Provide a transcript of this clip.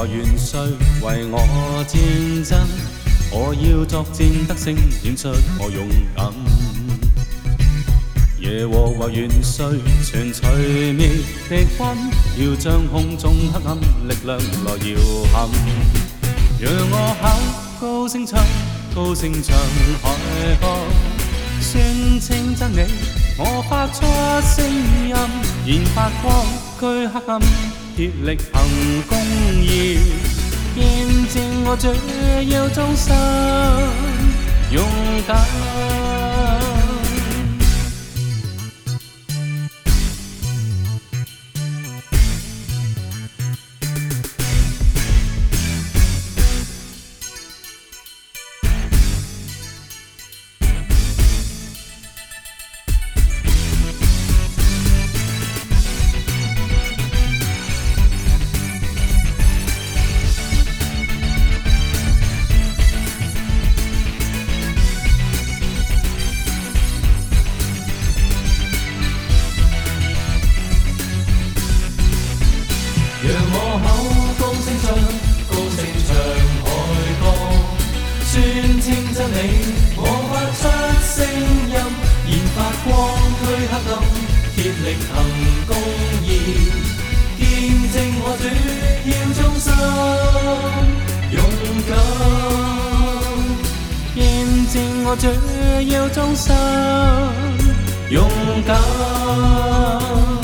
和元帥為我戰爭，我要作戰得勝，顯出我勇敢。耶和華元帥全除滅敵軍，要將空中黑暗力量來搖撼。讓我口高聲唱，高聲唱海歌，宣稱真理。我發出聲音，燃發光驅黑暗，竭力行公義，見證我最要忠心勇敢。讓我口高聲唱，高聲唱海歌，宣稱真理。我發出聲音，燃發光驅黑暗，竭力行公義，見證我主要忠心勇敢，見證我主要忠心勇敢。